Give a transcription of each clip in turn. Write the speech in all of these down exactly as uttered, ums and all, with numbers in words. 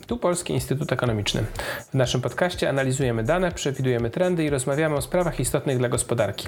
Tu Polski Instytut Ekonomiczny. W naszym podcaście analizujemy dane, przewidujemy trendy i rozmawiamy o sprawach istotnych dla gospodarki.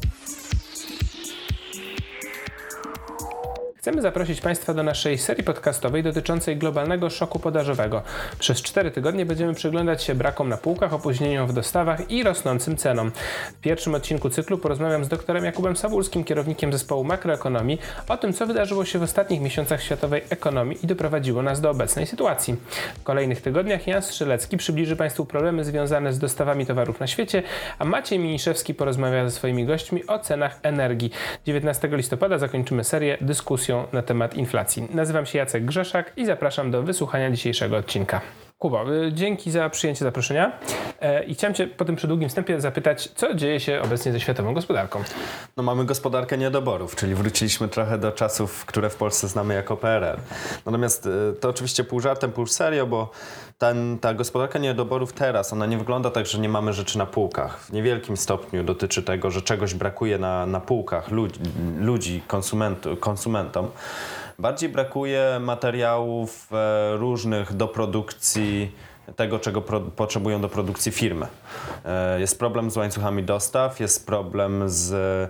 Chcemy zaprosić Państwa do naszej serii podcastowej dotyczącej globalnego szoku podażowego. Przez cztery tygodnie będziemy przyglądać się brakom na półkach, opóźnieniom w dostawach i rosnącym cenom. W pierwszym odcinku cyklu porozmawiam z doktorem Jakubem Sawulskim, kierownikiem zespołu makroekonomii, o tym, co wydarzyło się w ostatnich miesiącach światowej ekonomii i doprowadziło nas do obecnej sytuacji. W kolejnych tygodniach Jan Strzelecki przybliży Państwu problemy związane z dostawami towarów na świecie, a Maciej Miniszewski porozmawia ze swoimi gośćmi o cenach energii. dziewiętnastego listopada zakończymy serię dyskusją na temat inflacji. Nazywam się Jacek Grzeszak i zapraszam do wysłuchania dzisiejszego odcinka. Kubo, dzięki za przyjęcie zaproszenia e, i chciałem Cię po tym przedługim wstępie zapytać, co dzieje się obecnie ze światową gospodarką? No mamy gospodarkę niedoborów, czyli wróciliśmy trochę do czasów, które w Polsce znamy jako P R L. Natomiast to oczywiście pół żartem, pół serio, bo ten, ta gospodarka niedoborów teraz, ona nie wygląda tak, że nie mamy rzeczy na półkach. W niewielkim stopniu dotyczy tego, że czegoś brakuje na, na półkach ludzi, ludzi konsumentu, konsumentom. Bardziej brakuje materiałów e, różnych do produkcji tego, czego pro, potrzebują do produkcji firmy. E, jest problem z łańcuchami dostaw, jest problem z,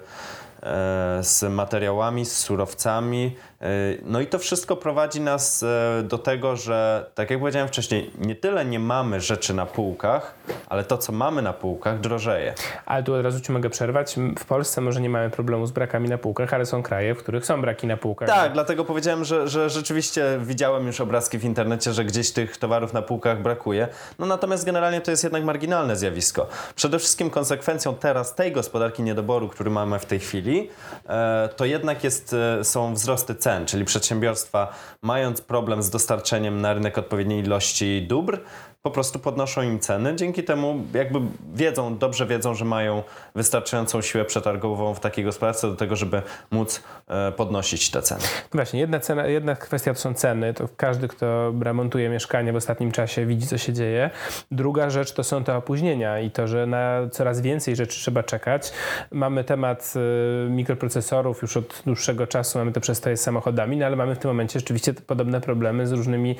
e, z materiałami, z surowcami. E, no i to wszystko prowadzi nas e, do tego, że, tak jak powiedziałem wcześniej, nie tyle nie mamy rzeczy na półkach, ale to, co mamy na półkach, drożeje. Ale tu od razu Ci mogę przerwać. W Polsce może nie mamy problemu z brakami na półkach, ale są kraje, w których są braki na półkach. Tak, dlatego powiedziałem, że, że rzeczywiście widziałem już obrazki w internecie, że gdzieś tych towarów na półkach brakuje. No natomiast generalnie to jest jednak marginalne zjawisko. Przede wszystkim konsekwencją teraz tej gospodarki niedoboru, który mamy w tej chwili, e, to jednak jest, e, są wzrosty cen, czyli przedsiębiorstwa, mając problem z dostarczeniem na rynek odpowiedniej ilości dóbr, po prostu podnoszą im ceny. Dzięki temu jakby wiedzą, dobrze wiedzą, że mają wystarczającą siłę przetargową w takiej gospodarce do tego, żeby móc e, podnosić te ceny. Właśnie, jedna, cena, jedna kwestia to są ceny. To każdy, kto remontuje mieszkanie w ostatnim czasie, widzi, co się dzieje. Druga rzecz to są te opóźnienia i to, że na coraz więcej rzeczy trzeba czekać. Mamy temat y, mikroprocesorów już od dłuższego czasu, mamy te przestoje z samochodami, no ale mamy w tym momencie rzeczywiście podobne problemy z różnymi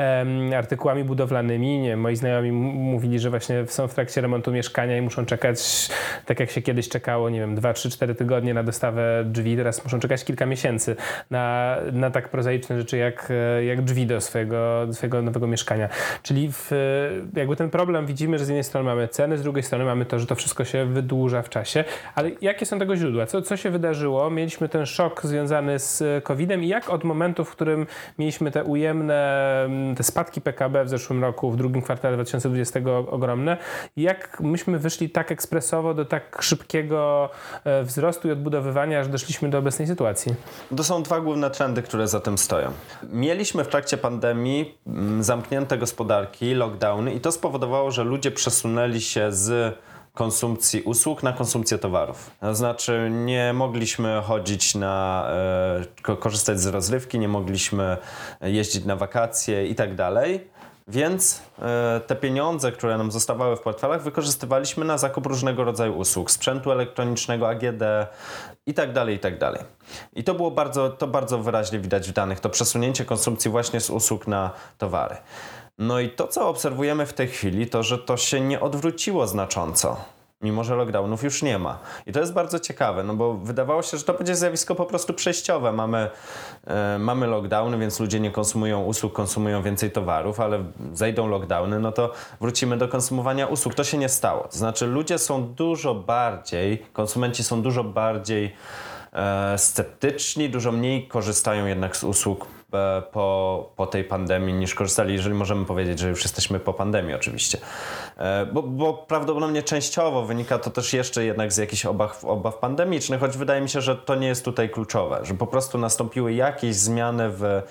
y, artykułami budowlanymi. Nie, moi znajomi m- mówili, że właśnie są w trakcie remontu mieszkania i muszą czekać, tak jak się kiedyś czekało, nie wiem, dwa, trzy, cztery tygodnie na dostawę drzwi, teraz muszą czekać kilka miesięcy na, na tak prozaiczne rzeczy jak, jak drzwi do swojego, do swojego nowego mieszkania. Czyli w, jakby ten problem widzimy, że z jednej strony mamy ceny, z drugiej strony mamy to, że to wszystko się wydłuża w czasie, ale jakie są tego źródła? Co, co się wydarzyło? Mieliśmy ten szok związany z kowidem i jak od momentu, w którym mieliśmy te ujemne, te spadki P K B w zeszłym roku, w drugim kwartale dwa tysiące dwudziestego ogromne. Jak myśmy wyszli tak ekspresowo do tak szybkiego wzrostu i odbudowywania, że doszliśmy do obecnej sytuacji? To są dwa główne trendy, które za tym stoją. Mieliśmy w trakcie pandemii zamknięte gospodarki, lockdowny i to spowodowało, że ludzie przesunęli się z konsumpcji usług na konsumpcję towarów. To znaczy nie mogliśmy chodzić na, e, korzystać z rozrywki, nie mogliśmy jeździć na wakacje i tak dalej. Więc e, te pieniądze, które nam zostawały w portfelach, wykorzystywaliśmy na zakup różnego rodzaju usług, sprzętu elektronicznego, A G D i tak dalej, i tak dalej. I to było bardzo, to bardzo wyraźnie widać w danych, to przesunięcie konsumpcji właśnie z usług na towary. No i to, co obserwujemy w tej chwili, to, że to się nie odwróciło znacząco. Mimo że lockdownów już nie ma. I to jest bardzo ciekawe, no bo wydawało się, że to będzie zjawisko po prostu przejściowe. Mamy, e, mamy lockdowny, więc ludzie nie konsumują usług, konsumują więcej towarów, ale zejdą lockdowny, no to wrócimy do konsumowania usług. To się nie stało. To znaczy ludzie są dużo bardziej, konsumenci są dużo bardziej e, sceptyczni, dużo mniej korzystają jednak z usług Po, po tej pandemii niż korzystali, jeżeli możemy powiedzieć, że już jesteśmy po pandemii oczywiście. Bo, bo prawdopodobnie częściowo wynika to też jeszcze jednak z jakichś obaw, obaw pandemicznych, choć wydaje mi się, że to nie jest tutaj kluczowe, że po prostu nastąpiły jakieś zmiany w,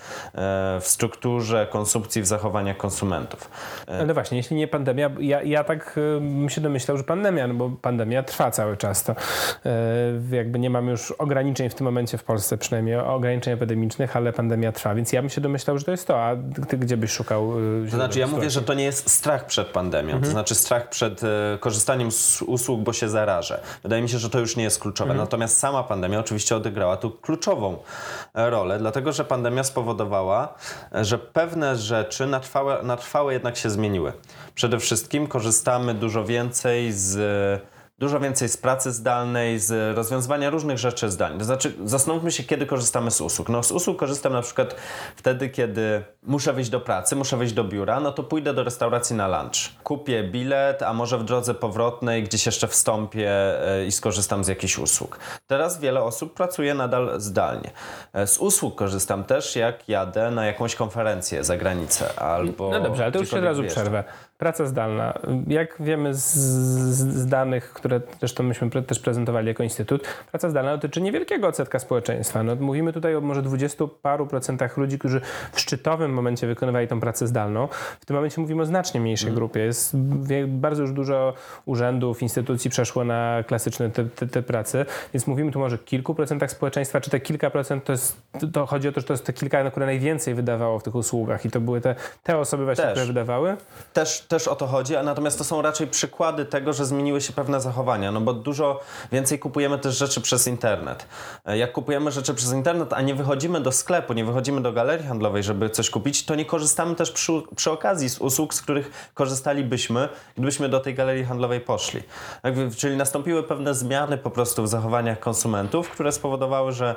w strukturze konsumpcji, w zachowaniach konsumentów. Ale właśnie, jeśli nie pandemia, ja, ja tak bym się domyślał, że pandemia, no bo pandemia trwa cały czas, to jakby nie mamy już ograniczeń w tym momencie w Polsce, przynajmniej ograniczeń epidemicznych, ale pandemia trwa. trwa, więc ja bym się domyślał, że to jest to, a ty gdzie byś szukał yy, To znaczy ja mówię, że to nie jest strach przed pandemią, mhm. to znaczy strach przed y, korzystaniem z usług, bo się zarażę. Wydaje mi się, że to już nie jest kluczowe. Mhm. Natomiast sama pandemia oczywiście odegrała tu kluczową rolę, dlatego że pandemia spowodowała, że pewne rzeczy na trwałe, na trwałe jednak się zmieniły. Przede wszystkim korzystamy dużo więcej z Dużo więcej z pracy zdalnej, z rozwiązywania różnych rzeczy zdalnie. To znaczy, zastanówmy się, kiedy korzystamy z usług. No z usług korzystam na przykład wtedy, kiedy muszę wyjść do pracy, muszę wyjść do biura, no to pójdę do restauracji na lunch. Kupię bilet, a może w drodze powrotnej gdzieś jeszcze wstąpię i skorzystam z jakichś usług. Teraz wiele osób pracuje nadal zdalnie. Z usług korzystam też, jak jadę na jakąś konferencję za granicę albo... No dobrze, ale to już od razu przerwę. Praca zdalna. Jak wiemy z, z danych, które zresztą myśmy pre, też prezentowali jako instytut, praca zdalna dotyczy niewielkiego odsetka społeczeństwa. No, mówimy tutaj o może dwudziestu paru procentach ludzi, którzy w szczytowym momencie wykonywali tą pracę zdalną. W tym momencie mówimy o znacznie mniejszej mm. grupie. Jest bardzo już dużo urzędów, instytucji przeszło na klasyczne te, te, te prace, więc mówimy tu może o kilku procentach społeczeństwa, czy te kilka procent to jest, to chodzi o to, że to jest te kilka, które najwięcej wydawało w tych usługach i to były te, te osoby właśnie, też. które wydawały? Też Też o to chodzi, a natomiast to są raczej przykłady tego, że zmieniły się pewne zachowania, no bo dużo więcej kupujemy też rzeczy przez internet. Jak kupujemy rzeczy przez internet, a nie wychodzimy do sklepu, nie wychodzimy do galerii handlowej, żeby coś kupić, to nie korzystamy też przy, przy okazji z usług, z których korzystalibyśmy, gdybyśmy do tej galerii handlowej poszli. Czyli nastąpiły pewne zmiany po prostu w zachowaniach konsumentów, które spowodowały, że,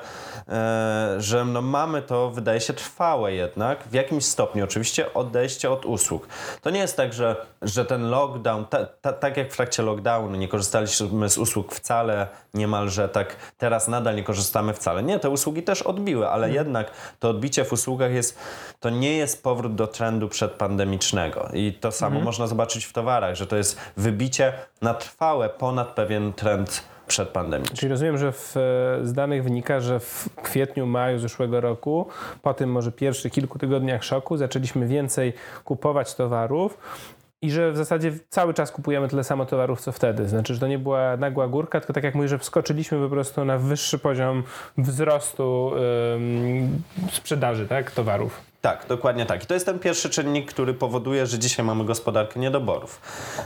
e, że no mamy to, wydaje się, trwałe jednak, w jakimś stopniu oczywiście odejście od usług. To nie jest tak, że Że, że ten lockdown, ta, ta, tak jak w trakcie lockdownu nie korzystaliśmy z usług wcale, niemalże tak teraz nadal nie korzystamy wcale. Nie, te usługi też odbiły, ale hmm. jednak to odbicie w usługach jest, to nie jest powrót do trendu przedpandemicznego i to samo hmm. można zobaczyć w towarach, że to jest wybicie na trwałe ponad pewien trend przedpandemiczny. Czyli rozumiem, że w, z danych wynika, że w kwietniu, maju zeszłego roku, po tym może pierwszych kilku tygodniach szoku, zaczęliśmy więcej kupować towarów i że w zasadzie cały czas kupujemy tyle samo towarów, co wtedy. Znaczy, że to nie była nagła górka, tylko tak jak mówisz, że wskoczyliśmy po prostu na wyższy poziom wzrostu ym, sprzedaży, tak, towarów. Tak, dokładnie tak. I to jest ten pierwszy czynnik, który powoduje, że dzisiaj mamy gospodarkę niedoborów.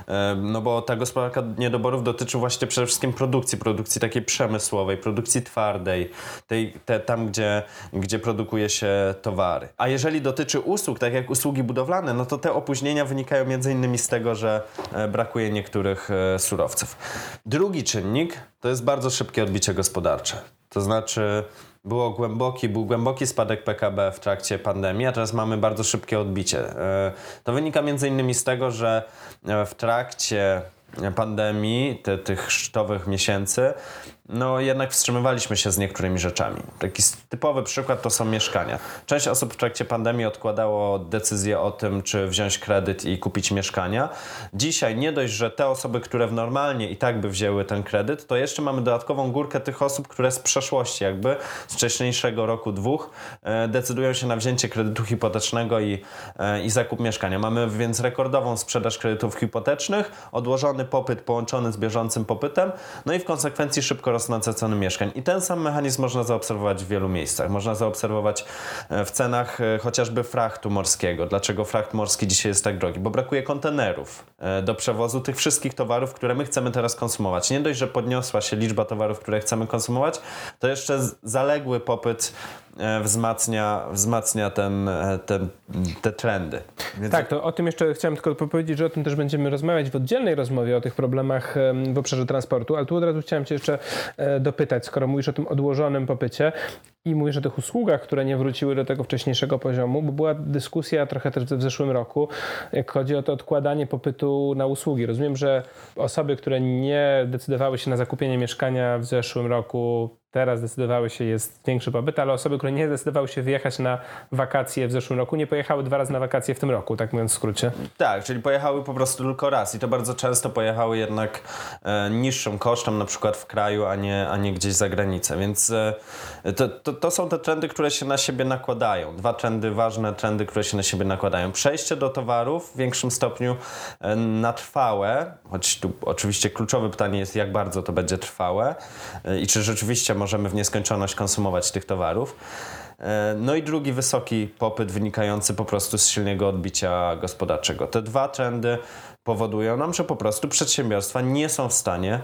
No bo ta gospodarka niedoborów dotyczy właśnie przede wszystkim produkcji, produkcji takiej przemysłowej, produkcji twardej, tej, te, tam gdzie, gdzie produkuje się towary. A jeżeli dotyczy usług, tak jak usługi budowlane, no to te opóźnienia wynikają między innymi z tego, że brakuje niektórych surowców. Drugi czynnik to jest bardzo szybkie odbicie gospodarcze. To znaczy Było głęboki, był głęboki spadek P K B w trakcie pandemii, a teraz mamy bardzo szybkie odbicie. To wynika między innymi z tego, że w trakcie pandemii, te, tych szczytowych miesięcy, no jednak wstrzymywaliśmy się z niektórymi rzeczami. Taki typowy przykład to są mieszkania. Część osób w trakcie pandemii odkładało decyzję o tym, czy wziąć kredyt i kupić mieszkania. Dzisiaj nie dość, że te osoby, które w normalnie i tak by wzięły ten kredyt, to jeszcze mamy dodatkową górkę tych osób, które z przeszłości jakby, z wcześniejszego roku, dwóch, decydują się na wzięcie kredytu hipotecznego i, i zakup mieszkania. Mamy więc rekordową sprzedaż kredytów hipotecznych, odłożony popyt połączony z bieżącym popytem, no i w konsekwencji szybko rosnące ceny mieszkań. I ten sam mechanizm można zaobserwować w wielu miejscach. Można zaobserwować w cenach chociażby frachtu morskiego. Dlaczego fracht morski dzisiaj jest tak drogi? Bo brakuje kontenerów do przewozu tych wszystkich towarów, które my chcemy teraz konsumować. Nie dość, że podniosła się liczba towarów, które chcemy konsumować, to jeszcze zaległy popyt wzmacnia, wzmacnia ten, ten, te trendy. Więc... Tak, to o tym jeszcze chciałem tylko powiedzieć, że o tym też będziemy rozmawiać w oddzielnej rozmowie o tych problemach w obszarze transportu, ale tu od razu chciałem cię jeszcze dopytać, skoro mówisz o tym odłożonym popycie i mówisz o tych usługach, które nie wróciły do tego wcześniejszego poziomu, bo była dyskusja trochę też w zeszłym roku, jak chodzi o to odkładanie popytu na usługi. Rozumiem, że osoby, które nie decydowały się na zakupienie mieszkania w zeszłym roku, teraz zdecydowały się, jest większy popyt, ale osoby, które nie zdecydowały się wyjechać na wakacje w zeszłym roku, nie pojechały dwa razy na wakacje w tym roku, tak mówiąc w skrócie. Tak, czyli pojechały po prostu tylko raz i to bardzo często pojechały jednak e, niższym kosztem, na przykład w kraju, a nie, a nie gdzieś za granicę, więc e, to, to, to są te trendy, które się na siebie nakładają. Dwa trendy, ważne trendy, które się na siebie nakładają. Przejście do towarów w większym stopniu e, na trwałe, choć tu oczywiście kluczowe pytanie jest, jak bardzo to będzie trwałe e, i czy rzeczywiście możemy w nieskończoność konsumować tych towarów. No i drugi wysoki popyt wynikający po prostu z silnego odbicia gospodarczego. Te dwa trendy powodują nam, że po prostu przedsiębiorstwa nie są w stanie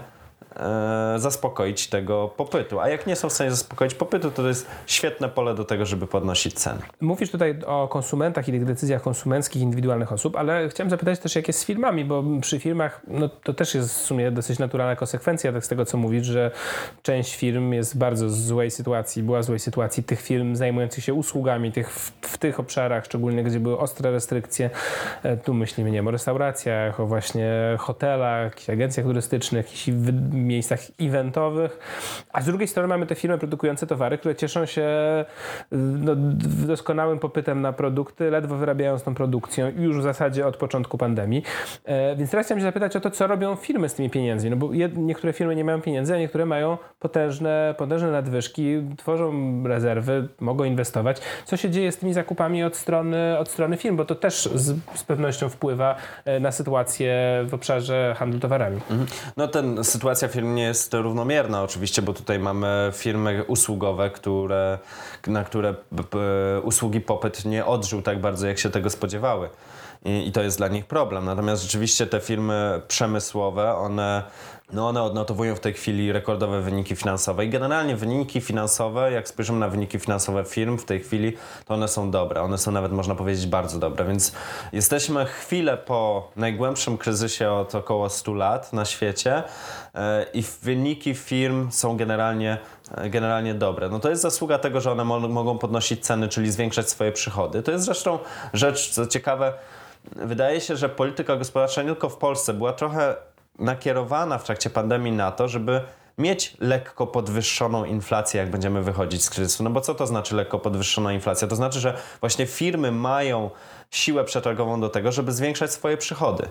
e, zaspokoić tego popytu. A jak nie są w stanie zaspokoić popytu, to to jest świetne pole do tego, żeby podnosić ceny. Mówisz tutaj o konsumentach i tych decyzjach konsumenckich indywidualnych osób, ale chciałem zapytać też, jak jest z firmami, bo przy firmach no, to też jest w sumie dosyć naturalna konsekwencja tak z tego, co mówisz, że część firm jest w bardzo złej sytuacji, była w złej sytuacji tych firm zajmujących się usługami, tych w, w tych obszarach, szczególnie gdzie były ostre restrykcje. Tu myślimy, nie wiem, o restauracjach, o właśnie hotelach, jakichś agencjach turystycznych, jakichś miejscach eventowych, a z drugiej strony mamy te firmy produkujące towary, które cieszą się no, doskonałym popytem na produkty, ledwo wyrabiając tą produkcją już w zasadzie od początku pandemii. E, więc teraz chciałem się zapytać o to, co robią firmy z tymi pieniędzmi, no bo jed, niektóre firmy nie mają pieniędzy, a niektóre mają potężne, potężne nadwyżki, tworzą rezerwy, mogą inwestować. Co się dzieje z tymi zakupami od strony, od strony firm, bo to też z, z pewnością wpływa na sytuację w obszarze handlu towarami. Mhm. No ten sytuacja firm nie jest równomierna oczywiście, bo tutaj mamy firmy usługowe, które, na które p- p- usługi popyt nie odżył tak bardzo, jak się tego spodziewały. I, i to jest dla nich problem. Natomiast rzeczywiście te firmy przemysłowe, one, no one odnotowują w tej chwili rekordowe wyniki finansowe. I generalnie wyniki finansowe, jak spojrzymy na wyniki finansowe firm w tej chwili, to one są dobre. One są nawet, można powiedzieć, bardzo dobre. Więc jesteśmy chwilę po najgłębszym kryzysie od około stu lat na świecie yy, i wyniki firm są generalnie generalnie dobre. No to jest zasługa tego, że one mo- mogą podnosić ceny, czyli zwiększać swoje przychody. To jest zresztą rzecz, co ciekawe, wydaje się, że polityka gospodarcza nie tylko w Polsce była trochę nakierowana w trakcie pandemii na to, żeby mieć lekko podwyższoną inflację, jak będziemy wychodzić z kryzysu. No bo co to znaczy lekko podwyższona inflacja? To znaczy, że właśnie firmy mają siłę przetargową do tego, żeby zwiększać swoje przychody.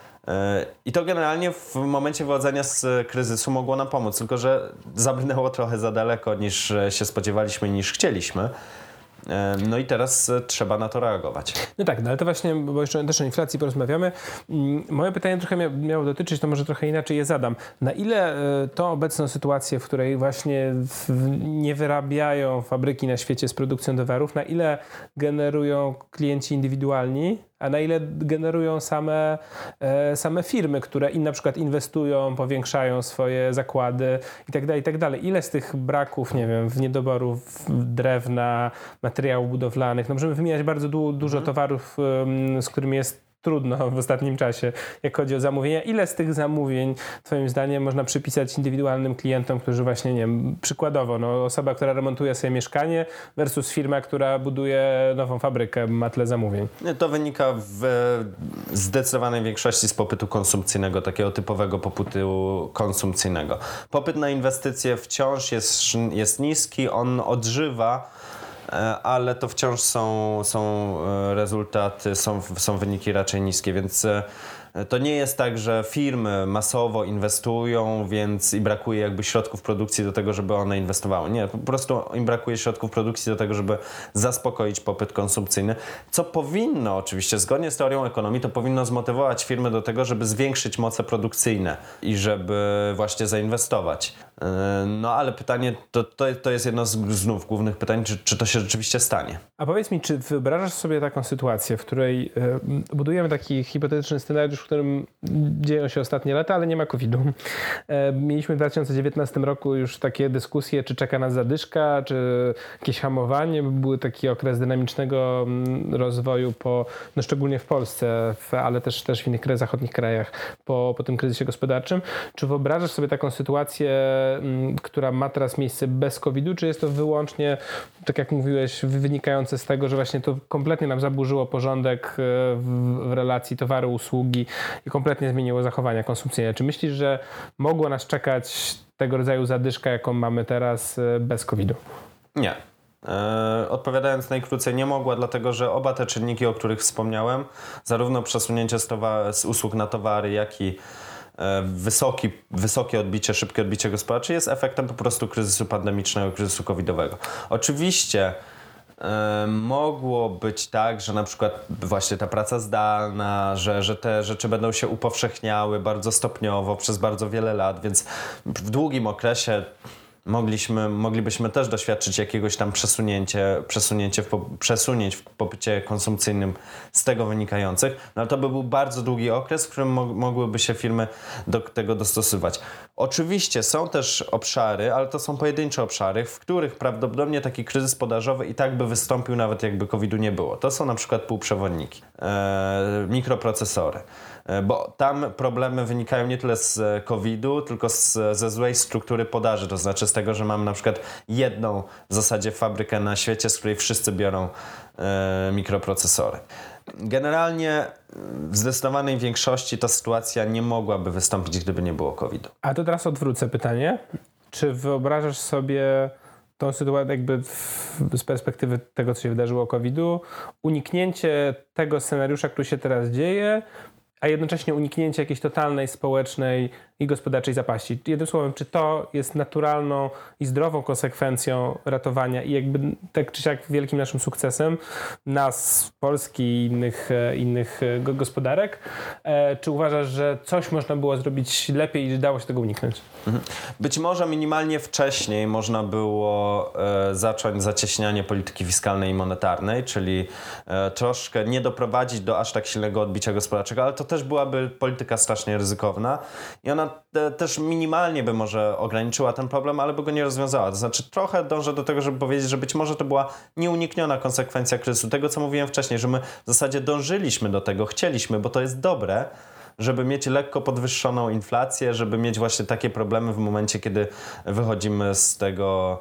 I to generalnie w momencie wychodzenia z kryzysu mogło nam pomóc, tylko że zabrnęło trochę za daleko, niż się spodziewaliśmy, niż chcieliśmy. No i teraz trzeba na to reagować. No tak, no ale to właśnie, bo jeszcze też o inflacji porozmawiamy. Moje pytanie trochę mia- miało dotyczyć, to może trochę inaczej je zadam. Na ile tą obecną sytuację, w której właśnie w, nie wyrabiają fabryki na świecie z produkcją towarów, na ile generują klienci indywidualni, a na ile generują same, e, same firmy, które in, na przykład inwestują, powiększają swoje zakłady i tak dalej, i tak dalej. Ile z tych braków, nie wiem, w niedoborów drewna, materiałów budowlanych, no możemy wymieniać bardzo du- dużo hmm. towarów, um, z którymi jest trudno w ostatnim czasie, jak chodzi o zamówienia. Ile z tych zamówień, twoim zdaniem, można przypisać indywidualnym klientom, którzy właśnie, nie wiem, przykładowo, no, osoba, która remontuje sobie mieszkanie versus firma, która buduje nową fabrykę, ma tyle zamówień? To wynika w zdecydowanej większości z popytu konsumpcyjnego, takiego typowego popytu konsumpcyjnego. Popyt na inwestycje wciąż jest, jest niski, on odżywa, ale to wciąż są, są rezultaty, są, są wyniki raczej niskie, więc to nie jest tak, że firmy masowo inwestują, więc i brakuje jakby środków produkcji do tego, żeby one inwestowały. Nie, po prostu im brakuje środków produkcji do tego, żeby zaspokoić popyt konsumpcyjny, co powinno oczywiście, zgodnie z teorią ekonomii, to powinno zmotywować firmy do tego, żeby zwiększyć moce produkcyjne i żeby właśnie zainwestować. No ale pytanie, to, to, to jest jedno z znów głównych pytań, czy, czy to się rzeczywiście stanie. A powiedz mi, czy wyobrażasz sobie taką sytuację, w której y, budujemy taki hipotetyczny scenariusz, w którym dzieją się ostatnie lata, ale nie ma kowida. E, mieliśmy w dwa tysiące dziewiętnastym roku już takie dyskusje, czy czeka nas zadyszka, czy jakieś hamowanie. Był taki okres dynamicznego rozwoju, po, no szczególnie w Polsce, w, ale też, też w innych krajach, zachodnich krajach, po, po tym kryzysie gospodarczym. Czy wyobrażasz sobie taką sytuację, m, która ma teraz miejsce bez kowida, czy jest to wyłącznie, tak jak mówiłeś, wynikające z tego, że właśnie to kompletnie nam zaburzyło porządek w, w relacji towary, usługi i kompletnie zmieniło zachowania konsumpcyjne. Czy myślisz, że mogło nas czekać tego rodzaju zadyszka, jaką mamy teraz, bez kowida? Nie. E, odpowiadając najkrócej, nie mogła, dlatego że oba te czynniki, o których wspomniałem, zarówno przesunięcie z, towa- z usług na towary, jak i e, wysoki, wysokie odbicie, szybkie odbicie gospodarcze jest efektem po prostu kryzysu pandemicznego, kryzysu covidowego. Oczywiście mogło być tak, że na przykład właśnie ta praca zdalna, że, że te rzeczy będą się upowszechniały bardzo stopniowo przez bardzo wiele lat, więc w długim okresie mogliśmy, moglibyśmy też doświadczyć jakiegoś tam przesunięcie, przesunięcie w, przesunięć w popycie konsumpcyjnym z tego wynikających, no ale to by był bardzo długi okres, w którym mo- mogłyby się firmy do tego dostosowywać. Oczywiście są też obszary, ale to są pojedyncze obszary, w których prawdopodobnie taki kryzys podażowy i tak by wystąpił nawet jakby kowida nie było. To są na przykład półprzewodniki, e, mikroprocesory. Bo tam problemy wynikają nie tyle z kowida, tylko z, ze złej struktury podaży, to znaczy z tego, że mamy na przykład jedną w zasadzie fabrykę na świecie, z której wszyscy biorą e, mikroprocesory. Generalnie w zdecydowanej większości ta sytuacja nie mogłaby wystąpić, gdyby nie było kowida. A to teraz odwrócę pytanie. Czy wyobrażasz sobie tą sytuację jakby w, z perspektywy tego, co się wydarzyło kowida, uniknięcie tego scenariusza, który się teraz dzieje, a jednocześnie uniknięcie jakiejś totalnej społecznej i gospodarczej zapaści? Jednym słowem, czy to jest naturalną i zdrową konsekwencją ratowania i jakby tak czy siak wielkim naszym sukcesem nas, Polski i innych, innych gospodarek? E, czy uważasz, że coś można było zrobić lepiej i dało się tego uniknąć? Być może minimalnie wcześniej można było e, zacząć zacieśnianie polityki fiskalnej i monetarnej, czyli e, troszkę nie doprowadzić do aż tak silnego odbicia gospodarczego, ale to też byłaby polityka strasznie ryzykowna i ona te, też minimalnie by może ograniczyła ten problem, ale by go nie rozwiązała. To znaczy trochę dążę do tego, żeby powiedzieć, że być może to była nieunikniona konsekwencja kryzysu. Tego, co mówiłem wcześniej, że my w zasadzie dążyliśmy do tego, chcieliśmy, bo to jest dobre, żeby mieć lekko podwyższoną inflację, żeby mieć właśnie takie problemy w momencie, kiedy wychodzimy z tego,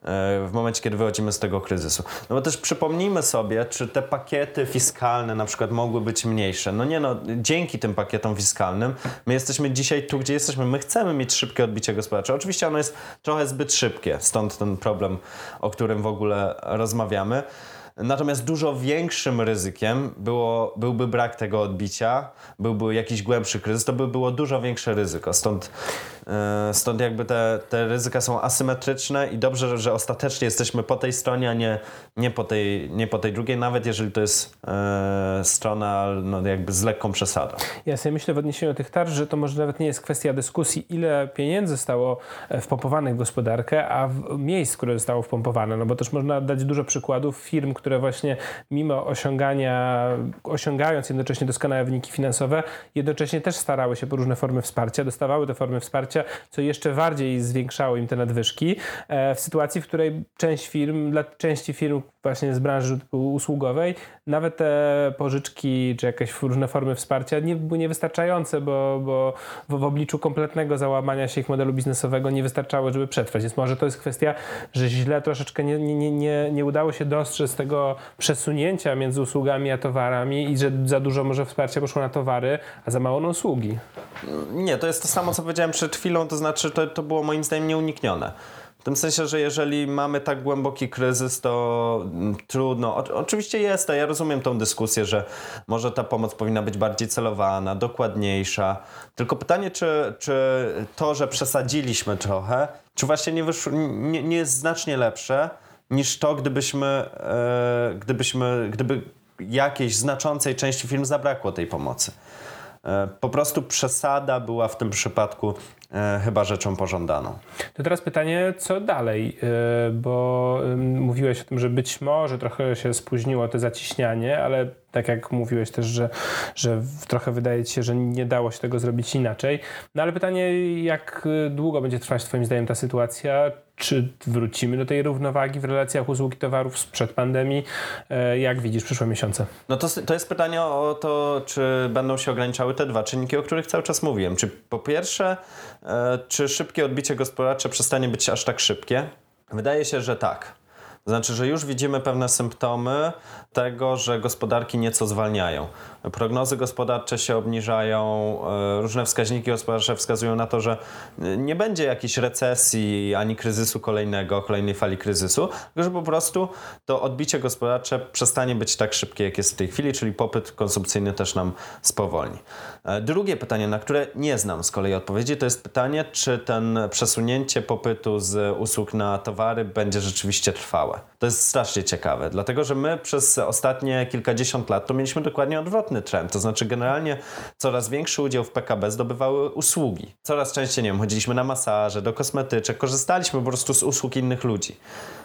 w momencie, kiedy wychodzimy z tego kryzysu. No bo też przypomnijmy sobie, czy te pakiety fiskalne na przykład mogły być mniejsze. No nie no, dzięki tym pakietom fiskalnym my jesteśmy dzisiaj tu, gdzie jesteśmy. My chcemy mieć szybkie odbicie gospodarcze. Oczywiście ono jest trochę zbyt szybkie, stąd ten problem, o którym w ogóle rozmawiamy. Natomiast dużo większym ryzykiem było, byłby brak tego odbicia, byłby jakiś głębszy kryzys, to by było dużo większe ryzyko. Stąd, yy, stąd jakby te, te ryzyka są asymetryczne i dobrze, że, że ostatecznie jesteśmy po tej stronie, a nie, nie, po, tej, nie po tej drugiej, nawet jeżeli to jest yy, strona no, jakby z lekką przesadą. Ja sobie myślę w odniesieniu do tych tarcz, że to może nawet nie jest kwestia dyskusji, ile pieniędzy zostało wpompowanych w gospodarkę, a w miejsc, które zostało wpompowane, no bo też można dać dużo przykładów firm, które właśnie mimo osiągania, osiągając jednocześnie doskonałe wyniki finansowe, jednocześnie też starały się po różne formy wsparcia, dostawały te formy wsparcia, co jeszcze bardziej zwiększało im te nadwyżki, w sytuacji, w której część firm, dla części firm właśnie z branży usługowej, nawet te pożyczki czy jakieś różne formy wsparcia nie były niewystarczające, bo, bo w, w obliczu kompletnego załamania się ich modelu biznesowego nie wystarczały, żeby przetrwać. Więc może to jest kwestia, że źle troszeczkę nie, nie, nie, nie udało się dostrzec tego przesunięcia między usługami a towarami i że za dużo może wsparcia poszło na towary, a za mało na usługi. Nie, to jest to samo, co powiedziałem przed chwilą, to znaczy to, to było moim zdaniem nieuniknione. W tym sensie, że jeżeli mamy tak głęboki kryzys, to trudno. O, oczywiście jest, a ja rozumiem tą dyskusję, że może ta pomoc powinna być bardziej celowana, dokładniejsza. Tylko pytanie, czy, czy to, że przesadziliśmy trochę, czy właśnie nie, wyszło, nie, nie jest znacznie lepsze niż to, gdybyśmy, e, gdybyśmy, gdyby jakiejś znaczącej części firm zabrakło tej pomocy. E, po prostu przesada była w tym przypadku e, chyba rzeczą pożądaną. To teraz pytanie, co dalej? E, bo e, mówiłeś o tym, że być może trochę się spóźniło to zacieśnianie, ale tak jak mówiłeś też, że, że trochę wydaje ci się, że nie dało się tego zrobić inaczej. No ale pytanie, jak długo będzie trwać twoim zdaniem ta sytuacja? Czy wrócimy do tej równowagi w relacjach usług i towarów sprzed pandemii? Jak widzisz przyszłe miesiące? No to, to jest pytanie o to, czy będą się ograniczały te dwa czynniki, o których cały czas mówiłem. Czy po pierwsze, czy szybkie odbicie gospodarcze przestanie być aż tak szybkie? Wydaje się, że tak. To znaczy, że już widzimy pewne symptomy tego, że gospodarki nieco zwalniają. Prognozy gospodarcze się obniżają, różne wskaźniki gospodarcze wskazują na to, że nie będzie jakiejś recesji ani kryzysu kolejnego, kolejnej fali kryzysu, tylko że po prostu to odbicie gospodarcze przestanie być tak szybkie, jak jest w tej chwili, czyli popyt konsumpcyjny też nam spowolni. Drugie pytanie, na które nie znam z kolei odpowiedzi, to jest pytanie, czy ten przesunięcie popytu z usług na towary będzie rzeczywiście trwałe. stałe. To jest strasznie ciekawe, dlatego że my przez ostatnie kilkadziesiąt lat to mieliśmy dokładnie odwrotny trend. To znaczy generalnie coraz większy udział w P K B zdobywały usługi. Coraz częściej, nie wiem, chodziliśmy na masaże, do kosmetyczek, korzystaliśmy po prostu z usług innych ludzi.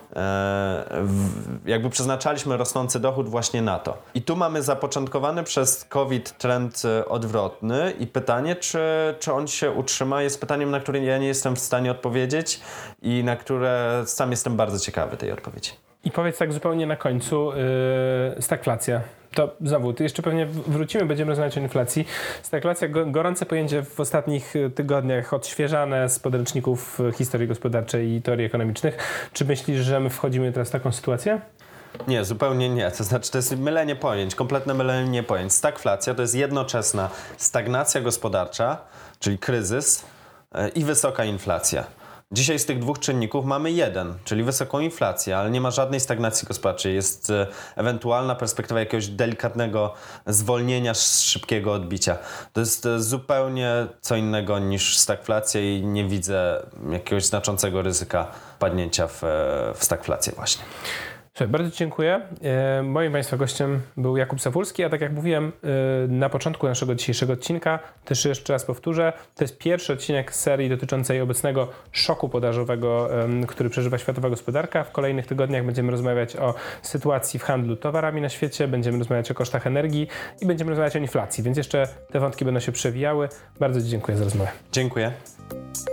Jakby przeznaczaliśmy rosnący dochód właśnie na to. I tu mamy zapoczątkowany przez COVID trend odwrotny i pytanie, czy, czy on się utrzyma, jest pytaniem, na które ja nie jestem w stanie odpowiedzieć i na które sam jestem bardzo ciekawy tej odpowiedzi. I powiedz tak zupełnie na końcu, yy, stagflacja. To znowu, ty jeszcze pewnie wrócimy, będziemy rozmawiać o inflacji. Stagflacja, gorące pojęcie w ostatnich tygodniach, odświeżane z podręczników historii gospodarczej i teorii ekonomicznych. Czy myślisz, że my wchodzimy teraz w taką sytuację? Nie, zupełnie nie. To znaczy, to jest mylenie pojęć, kompletne mylenie pojęć. Stagflacja to jest jednoczesna stagnacja gospodarcza, czyli kryzys, i wysoka inflacja. Dzisiaj z tych dwóch czynników mamy jeden, czyli wysoką inflację, ale nie ma żadnej stagnacji gospodarczej. Jest e, ewentualna perspektywa jakiegoś delikatnego zwolnienia, szybkiego odbicia. To jest e, zupełnie co innego niż stagflacja i nie widzę jakiegoś znaczącego ryzyka padnięcia w, e, w stagflację właśnie. Słuchaj, bardzo dziękuję. E, moim Państwa gościem był Jakub Sawulski, a tak jak mówiłem e, na początku naszego dzisiejszego odcinka, też jeszcze raz powtórzę, to jest pierwszy odcinek serii dotyczącej obecnego szoku podażowego, e, który przeżywa światowa gospodarka. W kolejnych tygodniach będziemy rozmawiać o sytuacji w handlu towarami na świecie, będziemy rozmawiać o kosztach energii i będziemy rozmawiać o inflacji, więc jeszcze te wątki będą się przewijały. Bardzo Ci dziękuję za rozmowę. Dziękuję.